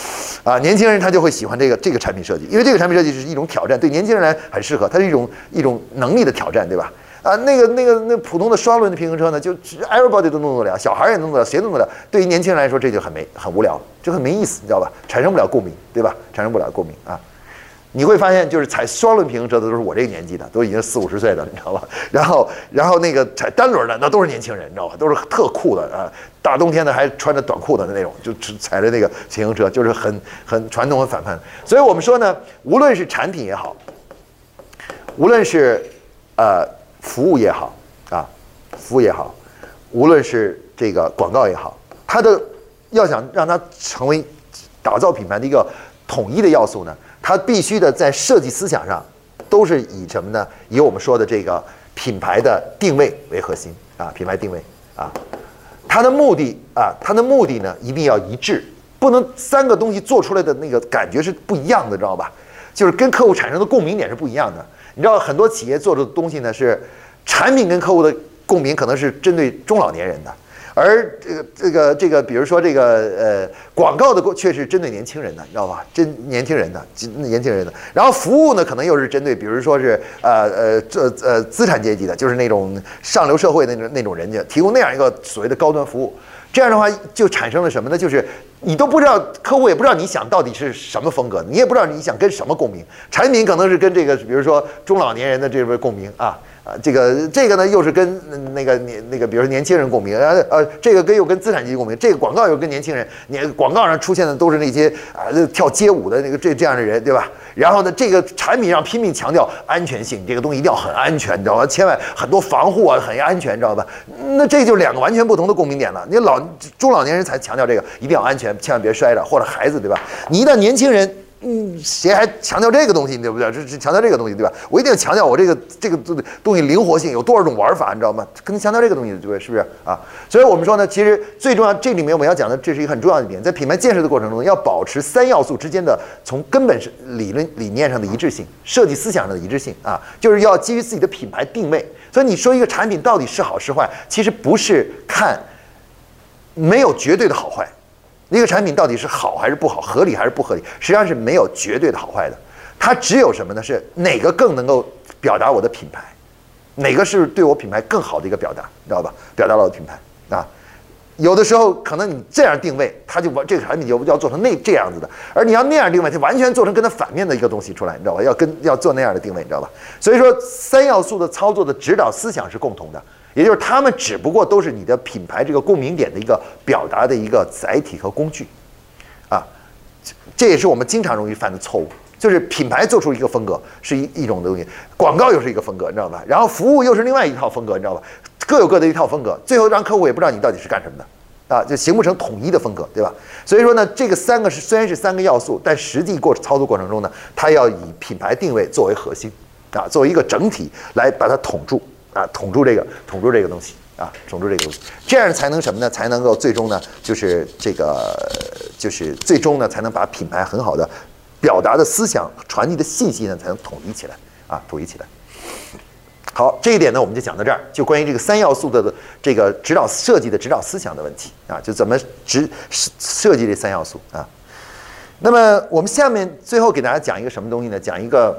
啊，年轻人他就会喜欢这个产品设计，因为这个产品设计是一种挑战，对年轻人来很适合，它是一种能力的挑战，对吧？啊，那普通的双轮的平衡车呢，就 everybody 都弄得了，小孩也弄得了，谁都弄得了。对于年轻人来说，这就很无聊，就很没意思，你知道吧？产生不了共鸣，对吧？产生不了共鸣啊。你会发现，就是踩双轮平衡车的都是我这个年纪的，都已经40、50岁的，你知道吧？然后那个踩单轮的，那都是年轻人，你知道吧？都是特酷的啊！大冬天的还穿着短裤的那种，就踩着那个平衡车，就是很传统、很反叛。所以我们说呢，无论是产品也好，无论是服务也好啊，服务也好，无论是这个广告也好，它的要想让它成为打造品牌的一个统一的要素呢，它必须的在设计思想上都是以什么呢？以我们说的这个品牌的定位为核心啊，品牌定位啊，它的目的呢一定要一致，不能3个东西做出来的那个感觉是不一样的，知道吧？就是跟客户产生的共鸣点是不一样的。你知道很多企业做的东西呢是产品跟客户的共鸣可能是针对中老年人的。而这个，比如说这个广告的却是针对年轻人的，你知道吧？年轻人的。然后服务呢，可能又是针对，比如说是资产阶级的，就是那种上流社会的那种人家，提供那样一个所谓的高端服务。这样的话就产生了什么呢？就是你都不知道，客户也不知道你想到底是什么风格，你也不知道你想跟什么共鸣。产品可能是跟这个，比如说中老年人的这份共鸣啊。这个呢，又是跟那个，比如说年轻人共鸣，这个又跟资产阶级共鸣，这个广告又跟年轻人，广告上出现的都是那些跳街舞的那个这样的人，对吧？然后呢，这个产品上拼命强调安全性，这个东西一定要很安全，你知道吧？千万很多防护啊，很安全，你知道吧？那这就2个完全不同的共鸣点了。你中老年人才强调这个一定要安全，千万别摔着，或者孩子，对吧？你一旦年轻人。谁还强调这个东西，对不对？是强调这个东西，对吧？我一定要强调我这个东西灵活性有多少种玩法，你知道吗？可能强调这个东西，对不对？是不是啊？所以我们说呢，其实最重要，这里面我们要讲的，这是一个很重要的点，在品牌建设的过程中，要保持3要素之间的从根本是理念上的一致性，设计思想上的一致性啊，就是要基于自己的品牌定位。所以你说一个产品到底是好是坏，其实不是看没有绝对的好坏。一个产品到底是好还是不好，合理还是不合理，实际上是没有绝对的好坏的。它只有什么呢？是哪个更能够表达我的品牌，哪个是对我品牌更好的一个表达，你知道吧？表达了我的品牌啊。有的时候可能你这样定位，它就这个产品就要做成这样子的，而你要那样定位，它完全做成跟它反面的一个东西出来，你知道吧？要做那样的定位，你知道吧？所以说3要素的操作的指导思想是共同的。也就是他们只不过都是你的品牌这个共鸣点的一个表达的一个载体和工具，啊，这也是我们经常容易犯的错误，就是品牌做出一个风格是一种东西，广告又是一个风格，你知道吧？然后服务又是另外一套风格，你知道吧？各有各的一套风格，最后让客户也不知道你到底是干什么的，啊，就形不成统一的风格，对吧？所以说呢，这个3个虽然是3个要素，但实际操作过程中呢，它要以品牌定位作为核心，啊，作为一个整体来把它统住。啊，统住这个东西啊，统住这个东西，这样才能什么呢？才能够最终呢，就是最终呢，才能把品牌很好的表达的思想、传递的信息呢，才能统一起来啊，统一起来。好，这一点呢，我们就讲到这儿，就关于这个3要素的这个设计的指导思想的问题啊，就怎么设计这3要素啊。那么我们下面最后给大家讲一个什么东西呢？讲一个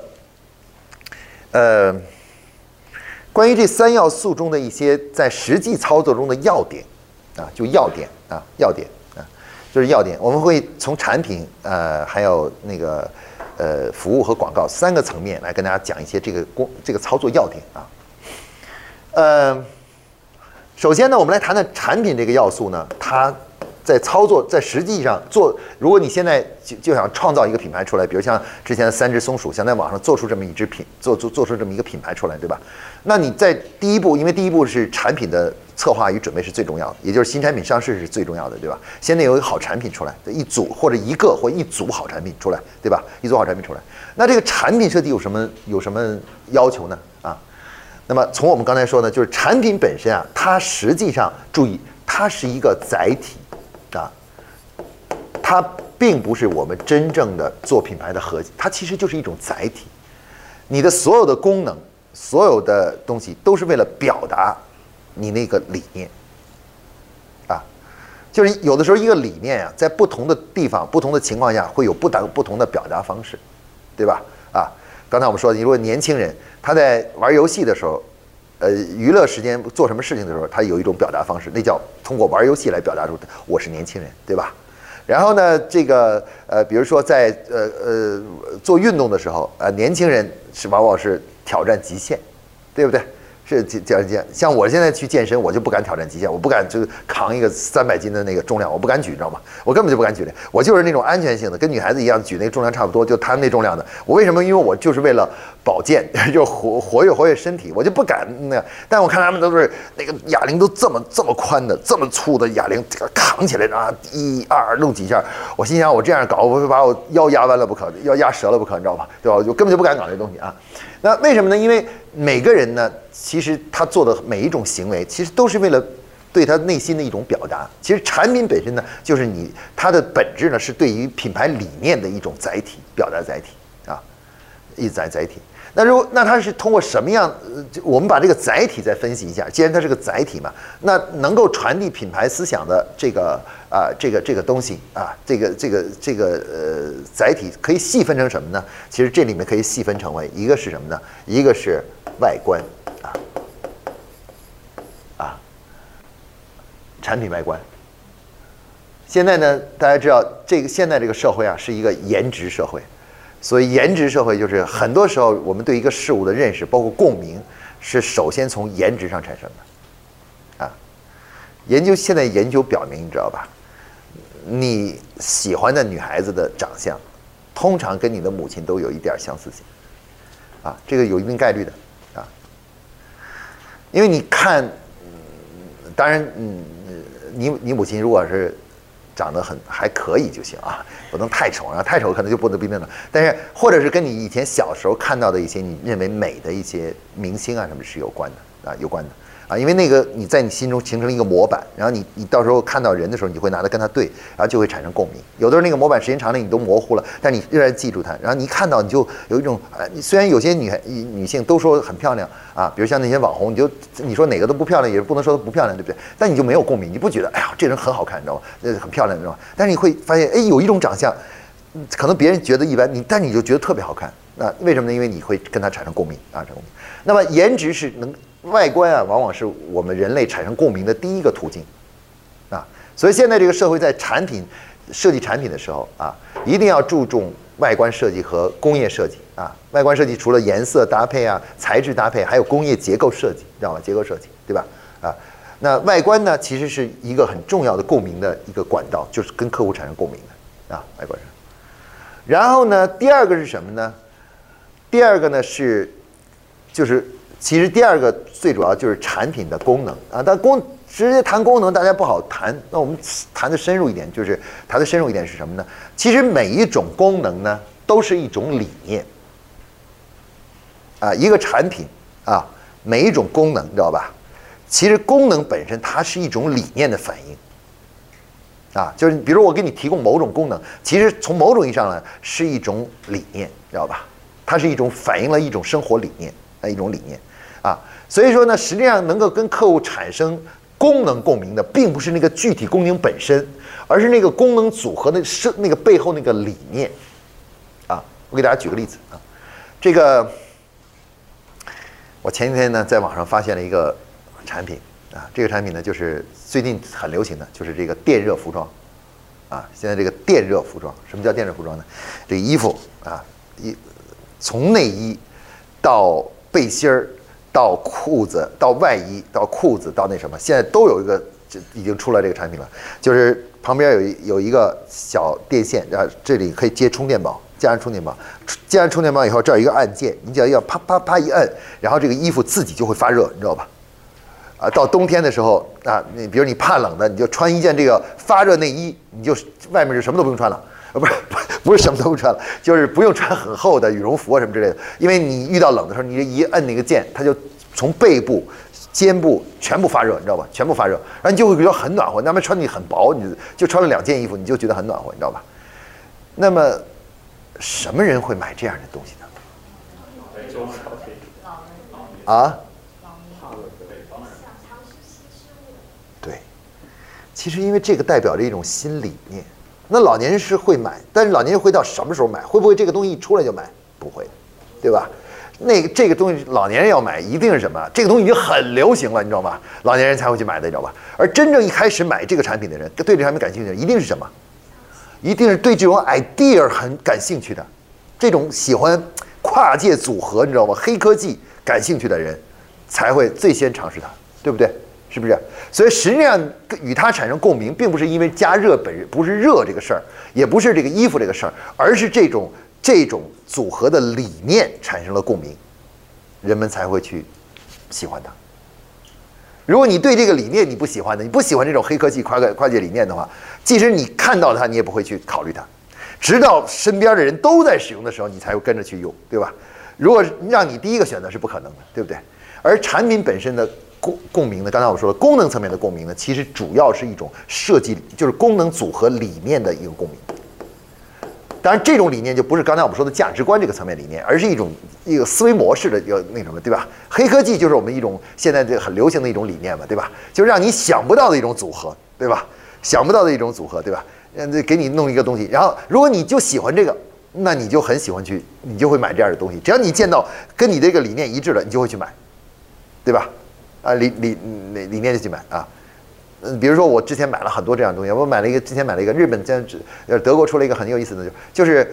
关于这3要素中的一些在实际操作中的要点，啊，就要点啊，就是要点。我们会从产品还有那个服务和广告3个层面来跟大家讲一些这个操作要点啊。首先呢，我们来谈谈产品这个要素呢，它在操作在实际上做，如果你现在就想创造一个品牌出来，比如像之前的3只松鼠，想在网上做出这么一只做出这么一个品牌出来，对吧？那你在第一步，因为第一步是产品的策划与准备是最重要的，也就是新产品上市是最重要的，对吧？先得有一个好产品出来，一组或者一组好产品出来，对吧？一组好产品出来，那这个产品设计有什么要求呢？啊，那么从我们刚才说呢，就是产品本身啊，它实际上注意，它是一个载体啊，它并不是我们真正的做品牌的核心，它其实就是一种载体，你的所有的功能。所有的东西都是为了表达你那个理念，啊， 就是有的时候一个理念啊，在不同的地方、不同的情况下，会有不同的表达方式，对吧？啊，刚才我们说的，如果年轻人他在玩游戏的时候，娱乐时间做什么事情的时候，他有一种表达方式，那叫通过玩游戏来表达出我是年轻人，对吧？然后呢，这个比如说在做运动的时候，年轻人往往是挑战极限，对不对？是挑战极限。像我现在去健身，我就不敢挑战极限，我不敢就扛一个300斤的那个重量，我不敢举，你知道吗？我根本就不敢举的，我就是那种安全性的，跟女孩子一样举那个重量差不多，就她那重量的。我为什么？因为我就是为了保健，就活跃身体，我就不敢那。但我看他们都是那个哑铃都这么宽的、这么粗的哑铃，这个扛起来啊，1、2弄几下，我心想我这样搞，我会把我腰压弯了不可，腰压折了不可，你知道吧？对吧？我就根本就不敢搞这东西啊。那为什么呢？因为每个人呢，其实他做的每一种行为，其实都是为了对他内心的一种表达。其实产品本身呢，就是它的本质呢，是对于品牌理念的一种载体，表达载体啊，一载体。那它是通过什么样？我们把这个载体再分析一下。既然它是个载体嘛，那能够传递品牌思想的这个东西啊，这个载体可以细分成什么呢？其实这里面可以细分成为一个是什么呢？一个是外观产品外观。现在呢，大家知道现在这个社会啊，是一个颜值社会。所以颜值社会就是很多时候我们对一个事物的认识，包括共鸣，是首先从颜值上产生的，啊，现在研究表明，你知道吧？你喜欢的女孩子的长相，通常跟你的母亲都有一点相似性，啊，这个有一定概率的，啊，因为你看，当然，你母亲如果是长得还可以就行啊，不能太丑，然后太丑可能就不能冰冰了。但是或者是跟你以前小时候看到的一些你认为美的一些明星啊什么是有关的啊，因为那个你在你心中形成了一个模板，然后你到时候看到人的时候，你会拿它跟他对，然后就会产生共鸣。有的时候那个模板时间长了你都模糊了，但你仍然记住它，然后你一看到你就有一种虽然有些女性都说很漂亮啊，比如像那些网红，你说哪个都不漂亮，也不能说不漂亮，对不对？但你就没有共鸣，你不觉得哎呀这人很好看，你知道吗？很漂亮，你知道吗？但是你会发现，哎，有一种长相，可能别人觉得一般，但你就觉得特别好看。那为什么呢？因为你会跟他产生共鸣啊，产生共鸣。那么颜值是外观啊，往往是我们人类产生共鸣的第一个途径，啊，所以现在这个社会在设计产品的时候啊，一定要注重外观设计和工业设计啊。外观设计除了颜色搭配啊、材质搭配，还有工业结构设计，知道吗？结构设计，对吧？啊，那外观呢，其实是一个很重要的共鸣的一个管道，就是跟客户产生共鸣的啊，外观上。然后呢，第二个是什么呢？第二个呢其实第二个最主要就是产品的功能啊，但直接谈功能大家不好谈，那我们谈的深入一点，就是谈的深入一点是什么呢？其实每一种功能呢都是一种理念啊，一个产品啊，每一种功能你知道吧？其实功能本身它是一种理念的反应啊，就是比如我给你提供某种功能，其实从某种意义上来是一种理念，知道吧？它是一种反映了一种生活理念啊，一种理念。啊，所以说呢，实际上能够跟客户产生功能共鸣的，并不是那个具体功能本身，而是那个功能组合的那个背后那个理念。啊，我给大家举个例子啊，这个我前几天呢在网上发现了一个产品啊，这个产品呢就是最近很流行的，就是这个电热服装啊。现在这个电热服装，什么叫电热服装呢？这个衣服啊，从内衣到背心儿。到裤子，到外衣，到裤子，到那什么，现在都有一个，就已经出来这个产品了，就是旁边有一个小电线，然后这里可以接充电宝，加上充电宝，加上充电宝以后，这儿有一个按键，你只要啪啪啪一摁，然后这个衣服自己就会发热，你知道吧？啊，到冬天的时候啊，比如你怕冷的，你就穿一件这个发热内衣，你就外面就什么都不用穿了。不是什么都不穿了，就是不用穿很厚的羽绒服啊什么之类的，因为你遇到冷的时候，你一摁那个键，它就从背部、肩部全部发热，你知道吧？全部发热，然后你就会觉得很暖和。那么穿你很薄，你就穿了2件衣服，你就觉得很暖和，你知道吧？那么什么人会买这样的东西呢？啊？对， 其实因为这个代表着一种新理念。那老年人是会买，但是老年人会到什么时候买？会不会这个东西一出来就买？不会，对吧？这个东西老年人要买，一定是什么？这个东西已经很流行了，你知道吗？老年人才会去买的，你知道吧？而真正一开始买这个产品的人，对这个产品感兴趣的人，一定是什么？一定是对这种 idea 很感兴趣的，这种喜欢跨界组合，你知道吗？黑科技感兴趣的人，才会最先尝试它，对不对？是不是？所以实际上与它产生共鸣，并不是因为加热本身，不是热这个事儿，也不是这个衣服这个事儿，而是这种组合的理念产生了共鸣，人们才会去喜欢它。如果你对这个理念你不喜欢的，你不喜欢这种黑科技跨界理念的话，即使你看到它，你也不会去考虑它，直到身边的人都在使用的时候，你才会跟着去用，对吧？如果让你第一个选择是不可能的，对不对？而产品本身的共鸣呢，刚才我说了，功能层面的共鸣呢，其实主要是一种设计，就是功能组合理念的一个共鸣。当然，这种理念就不是刚才我们说的价值观这个层面理念，而是一个思维模式的一个那什么，对吧？黑科技就是我们一种现在这很流行的一种理念嘛，对吧？就是让你想不到的一种组合，对吧？想不到的一种组合，对吧？给你弄一个东西，然后如果你就喜欢这个，那你就很喜欢去，你就会买这样的东西。只要你见到跟你这个理念一致的，你就会去买，对吧？理念就去买啊。比如说我之前买了很多这样的东西，我之前买了一个日本德国出了一个很有意思的，就是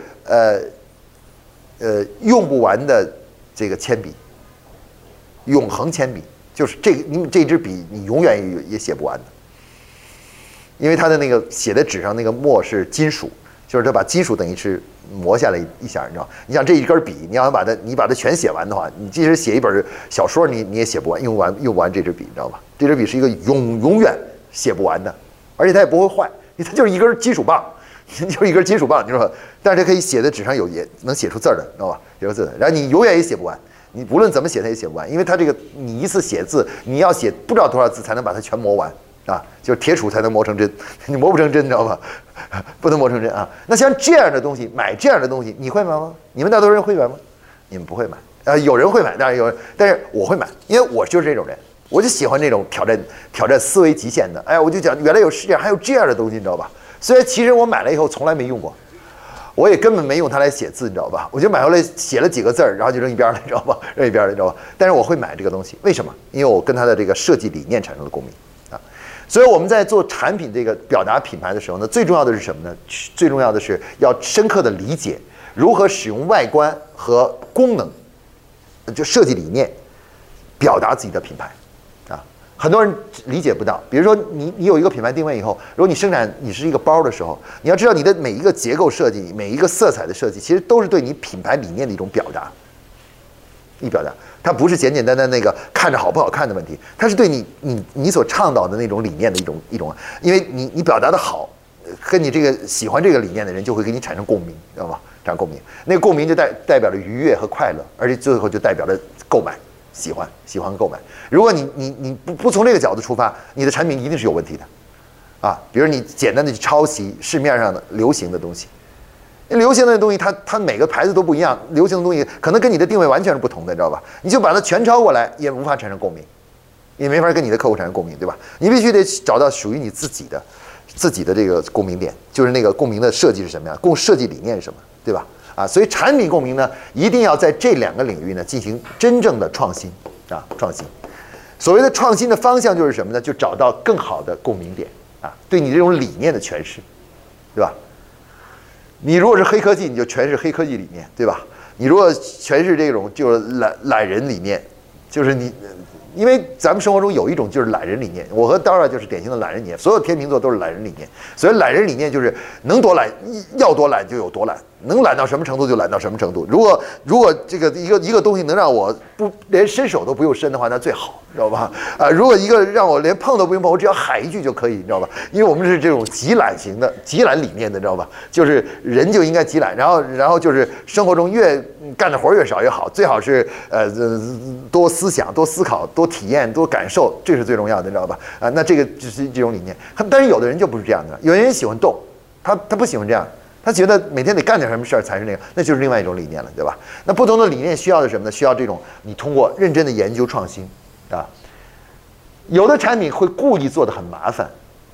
用不完的这个铅笔，永恒铅笔，就是这支笔你永远也写不完的，因为它的那个写在纸上那个墨是金属，就是它把金属等于是磨下来一下，你知道？你想这一根笔，你要把它全写完的话，你即使写一本小说，你也写不完，用不完这支笔，你知道吧？这支笔是一个永远写不完的，而且它也不会坏，因为它就是一根金属棒，就是一根金属棒，你知道吧？但是它可以写在纸上也能写出字的，知道吧？写出字的，然后你永远也写不完，你无论怎么写它也写不完，因为它这个你一次写字，你要写不知道多少字才能把它全磨完啊，就是铁杵才能磨成针，你磨不成针，你知道吧？不能磨成针啊。那像这样的东西，买这样的东西，你会买吗？你们大多数人会买吗？你们不会买，有人会买，当然有人，但是我会买，因为我就是这种人。我就喜欢这种挑战思维极限的，哎，我就讲原来世界上还有这样的东西，你知道吧？虽然其实我买了以后从来没用过，我也根本没用它来写字，你知道吧？我就买回来写了几个字儿，然后就扔一边了，你知道吧？扔一边了，你知道吧？但是我会买这个东西，为什么？因为我跟它的这个设计理念产生了共鸣啊。所以我们在做产品这个表达品牌的时候呢，最重要的是什么呢？最重要的是要深刻的理解如何使用外观和功能，就设计理念表达自己的品牌。很多人理解不到，比如说你有一个品牌定位以后，如果你是一个包的时候，你要知道你的每一个结构设计、每一个色彩的设计，其实都是对你品牌理念的一种表达。它不是简简单单那个看着好不好看的问题，它是对你所倡导的那种理念的一种，因为你表达的好，跟你这个喜欢这个理念的人就会给你产生共鸣，知道吗？产生共鸣，那个共鸣就代表了愉悦和快乐，而且最后就代表了购买。喜欢购买。如果你不从这个角度出发，你的产品一定是有问题的，啊，比如你简单的去抄袭市面上的流行的东西，流行的东西它每个牌子都不一样，流行的东西可能跟你的定位完全是不同的，知道吧？你就把它全抄过来，也无法产生共鸣，也没法跟你的客户产生共鸣，对吧？你必须得找到属于你自己的这个共鸣点，就是那个共鸣的设计是什么样，设计理念是什么，对吧？啊，所以产品共鸣呢，一定要在这两个领域呢进行真正的创新啊，创新。所谓的创新的方向就是什么呢？就找到更好的共鸣点啊，对你这种理念的诠释，对吧？你如果是黑科技，你就诠释黑科技理念，对吧？你如果诠释这种就是懒人理念，就是你。因为咱们生活中有一种就是懒人理念，我和Dara就是典型的懒人理念，所有天秤座都是懒人理念，所以懒人理念就是能多懒要多懒就有多懒，能懒到什么程度就懒到什么程度。如果这个一个东西能让我连伸手都不用伸的话，那最好，知道吧？啊，如果一个让我连碰都不用碰，我只要喊一句就可以，你知道吧？因为我们是这种极懒型的极懒理念的，知道吧？就是人就应该极懒，然后就是生活中越干的活越少越好，最好是多思想、多思考、多体验、多感受，这是最重要的，你知道吧？啊，那这个就是这种理念。但是有的人就不是这样的，有的人喜欢动，他不喜欢这样，他觉得每天得干点什么事儿才是那个，那就是另外一种理念了，对吧？那不同的理念需要的什么呢？需要这种你通过认真的研究创新啊。有的产品会故意做得很麻烦，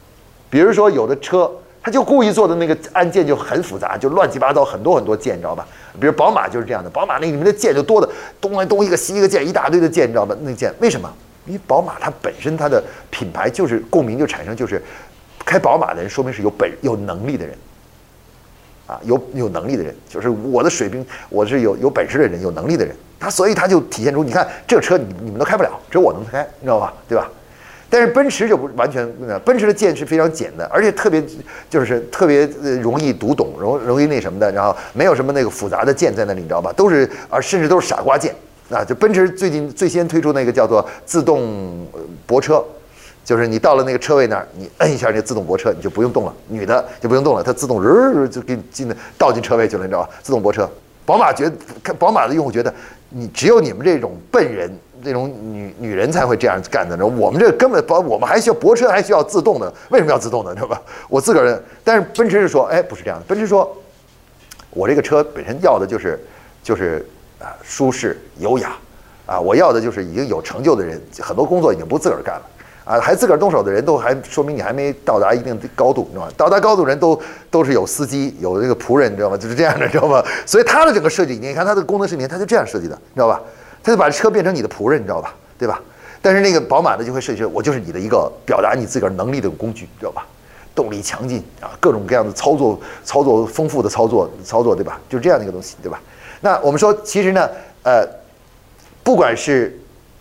比如说有的车，他就故意做的那个按键就很复杂，就乱七八糟很多键，你知道吧？比如宝马就是这样的，宝马那里面的键就多的东一个西一个键，一大堆的键，你知道吧？那键为什么？因为宝马它本身它的品牌就是共鸣就产生就是开宝马的人说明是有能力的人。啊，有能力的人，就是我的水平，我是有本事的人，有能力的人，所以他就体现出，你看这个车你们都开不了，只有我能开，你知道吧？对吧？但是奔驰就不完全，奔驰的键是非常简单，而且特别容易读懂，容易那什么的，然后没有什么那个复杂的键在那里，你知道吧？甚至都是傻瓜键啊！就奔驰最先推出那个叫做自动泊车。就是你到了那个车位那儿，你摁一下那个自动泊车，你就不用动了，女的就不用动了，它自动就给你倒进车位去了，你知道吧？自动泊车。宝马的用户觉得，只有你们这种笨人，这种女人才会这样干的，我们这根本我们还需要泊车，还需要自动的，为什么要自动的，知道吧？我自个儿，但是奔驰是说，哎，不是这样的，奔驰说，我这个车本身要的就是舒适优雅啊，我要的就是已经有成就的人，很多工作已经不自个儿干了。啊，还自个儿动手的人都还说明你还没到达一定的高度，你知道吗？到达高度人都是有司机有这个仆人，你知道吗？就是这样的，知道吗？所以它的整个设计理念，你看它的功能设计理念，它就这样设计的，你知道吧？它就把车变成你的仆人，你知道吧？对吧？但是那个宝马的就会设计，我就是你的一个表达你自个儿能力的工具，知道吧？动力强劲啊，各种各样的操作丰富的操作，对吧？就是这样的一个东西，对吧？那我们说，其实呢，不管是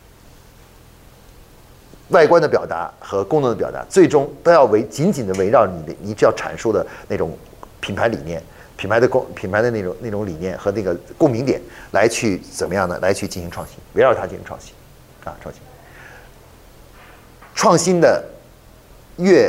外观的表达和功能的表达，最终都要紧紧的围绕你只要阐述的那种品牌理念、品牌的那种理念和那个共鸣点来去怎么样呢？来去进行创新，围绕它进行创新，创新的越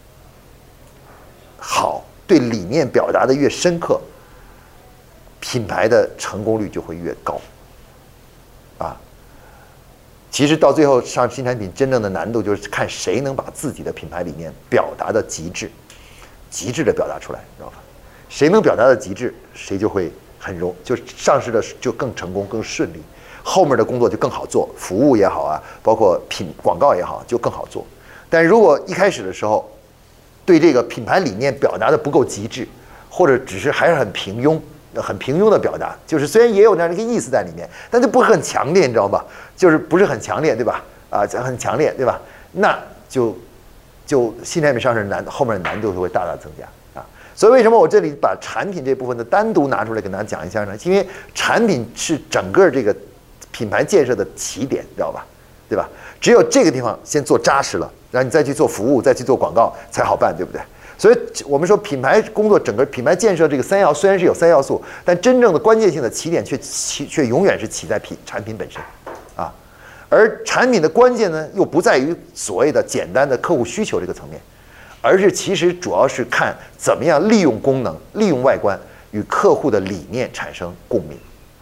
好，对理念表达的越深刻，品牌的成功率就会越高，啊。其实到最后上新产品，真正的难度就是看谁能把自己的品牌理念表达的极致的表达出来，知道吧？谁能表达的极致，谁就会就上市的就更成功、更顺利，后面的工作就更好做，服务也好啊，包括广告也好，就更好做。但是如果一开始的时候，对这个品牌理念表达的不够极致，或者还是很平庸的表达，就是虽然也有那样的一个意思在里面，但就不是很强烈，你知道吧？就是不是很强烈，对吧？啊，很强烈，对吧？那就新产品上市后面的难度就会大大增加啊。所以为什么我这里把产品这部分的单独拿出来跟大家讲一下呢？因为产品是整个这个品牌建设的起点，知道吧？对吧？只有这个地方先做扎实了，然后你再去做服务，再去做广告才好办，对不对？所以我们说品牌工作，整个品牌建设这个虽然是有3要素，但真正的关键性的起点却永远是起在产品本身，啊，而产品的关键呢，又不在于所谓的简单的客户需求这个层面，而是其实主要是看怎么样利用功能、利用外观与客户的理念产生共鸣。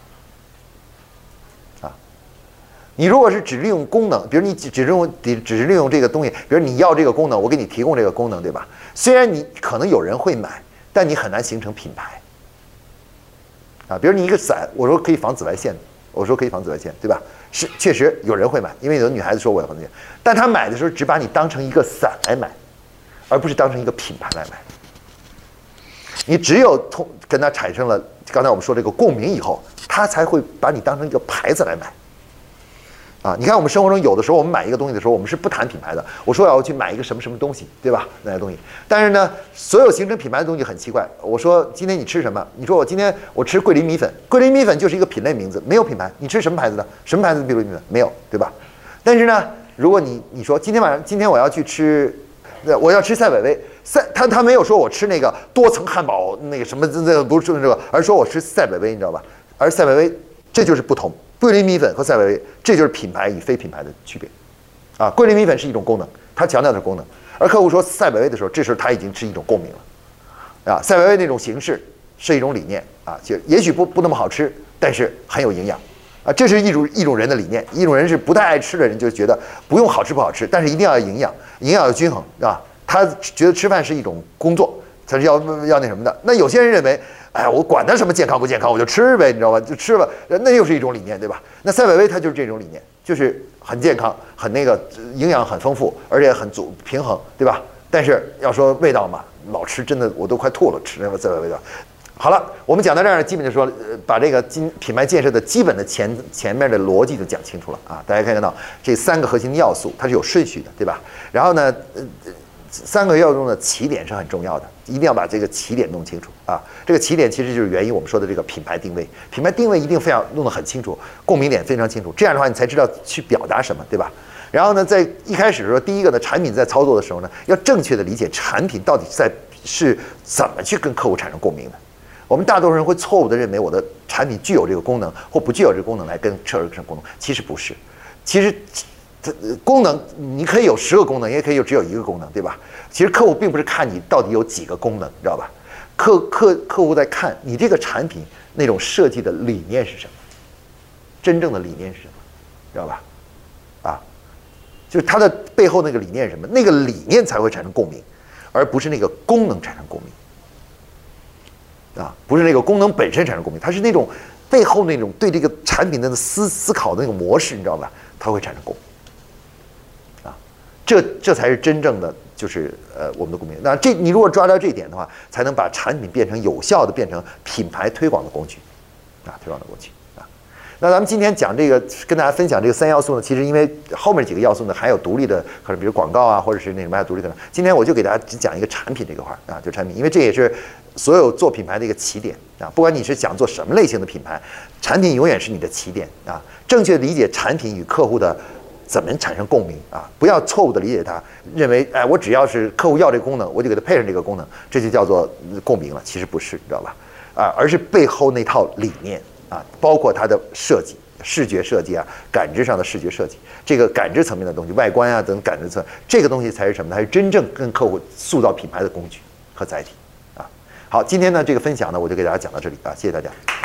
你如果是只利用功能，比如你只是利用这个东西，比如你要这个功能，我给你提供这个功能，对吧？虽然你可能有人会买，但你很难形成品牌。啊，比如你一个伞，我说可以防紫外线，对吧？是确实有人会买，因为有的女孩子说我要防紫外线，但她买的时候只把你当成一个伞来买，而不是当成一个品牌来买。你只有跟她产生了刚才我们说这个共鸣以后，她才会把你当成一个牌子来买。啊，你看我们生活中有的时候，我们买一个东西的时候，我们是不谈品牌的。我说我要去买一个什么东西，对吧？那些东西，但是呢，所有形成品牌的东西很奇怪。我说今天你吃什么？你说今天我吃桂林米粉，桂林米粉就是一个品类名字，没有品牌。你吃什么牌子的？什么牌子的桂林米粉？没有，对吧？但是呢，如果你说今天我要去吃，我要吃赛百味，他没有说我吃那个多层汉堡那个什么，不是这个，而是说我吃赛百味，你知道吧？而赛百味这就是不同。桂林米粉和赛百味，这就是品牌与非品牌的区别，啊，桂林米粉是一种功能，它强调的是功能，而客户说赛百味的时候，这时候它已经是一种共鸣了，啊，赛百味那种形式是一种理念，啊，就也许不那么好吃，但是很有营养，啊，这是一种人的理念，一种人是不太爱吃的人就觉得不用好吃不好吃，但是一定要有营养，营养要均衡，啊，他觉得吃饭是一种工作，他是要那什么的，那有些人认为。哎，我管它什么健康不健康，我就吃呗，你知道吧？就吃吧，那又是一种理念，对吧？那赛百味它就是这种理念，就是很健康，很那个营养很丰富，而且很平衡，对吧？ 但是要说味道嘛，老吃真的我都快吐了，吃那么这个味道。好了，我们讲到这儿呢，基本就说把这个品牌建设的基本的前面的逻辑就讲清楚了啊。大家可以看到这3个核心要素它是有顺序的，对吧？然后呢，3个要素的起点是很重要的，一定要把这个起点弄清楚啊。这个起点其实就是源于我们说的这个品牌定位，品牌定位一定非常弄得很清楚，共鸣点非常清楚，这样的话你才知道去表达什么，对吧？然后呢，在一开始的时候，第一个呢，产品在操作的时候呢，要正确的理解产品到底是怎么去跟客户产生共鸣的。我们大多数人会错误的认为我的产品具有这个功能或不具有这个功能来跟客户产生共鸣，其实不是。其实功能你可以有10个功能，也可以只有1个功能，对吧？其实客户并不是看你到底有几个功能，知道吧？客户在看你这个产品那种设计的理念是什么，真正的理念是什么，知道吧？啊，就是它的背后那个理念是什么，那个理念才会产生共鸣，而不是那个功能产生共鸣。啊，不是那个功能本身产生共鸣，它是那种背后那种对这个产品的思考的那种模式，你知道吧？它会产生共鸣。啊，这才是真正的就是我们的共鸣。那你如果抓到这一点的话，才能把产品变成有效的变成品牌推广的工具，啊，推广的工具啊。那咱们今天讲这个，跟大家分享这个3要素呢，其实因为后面几个要素呢还有独立的，可能比如广告啊，或者是那什么还有独立的。今天我就给大家只讲一个产品这个块啊，就产品，因为这也是所有做品牌的一个起点啊。不管你是想做什么类型的品牌，产品永远是你的起点啊。正确理解产品与客户的怎么产生共鸣啊，不要错误的理解它，认为哎我只要是客户要这个功能，我就给他配上这个功能，这就叫做共鸣了。其实不是，你知道吧？啊，而是背后那套理念。啊，包括它的设计、视觉设计啊，感知上的视觉设计，这个感知层面的东西，外观啊等感知层，这个东西才是什么？才是真正跟客户塑造品牌的工具和载体啊。好，今天呢这个分享呢，我就给大家讲到这里啊，谢谢大家。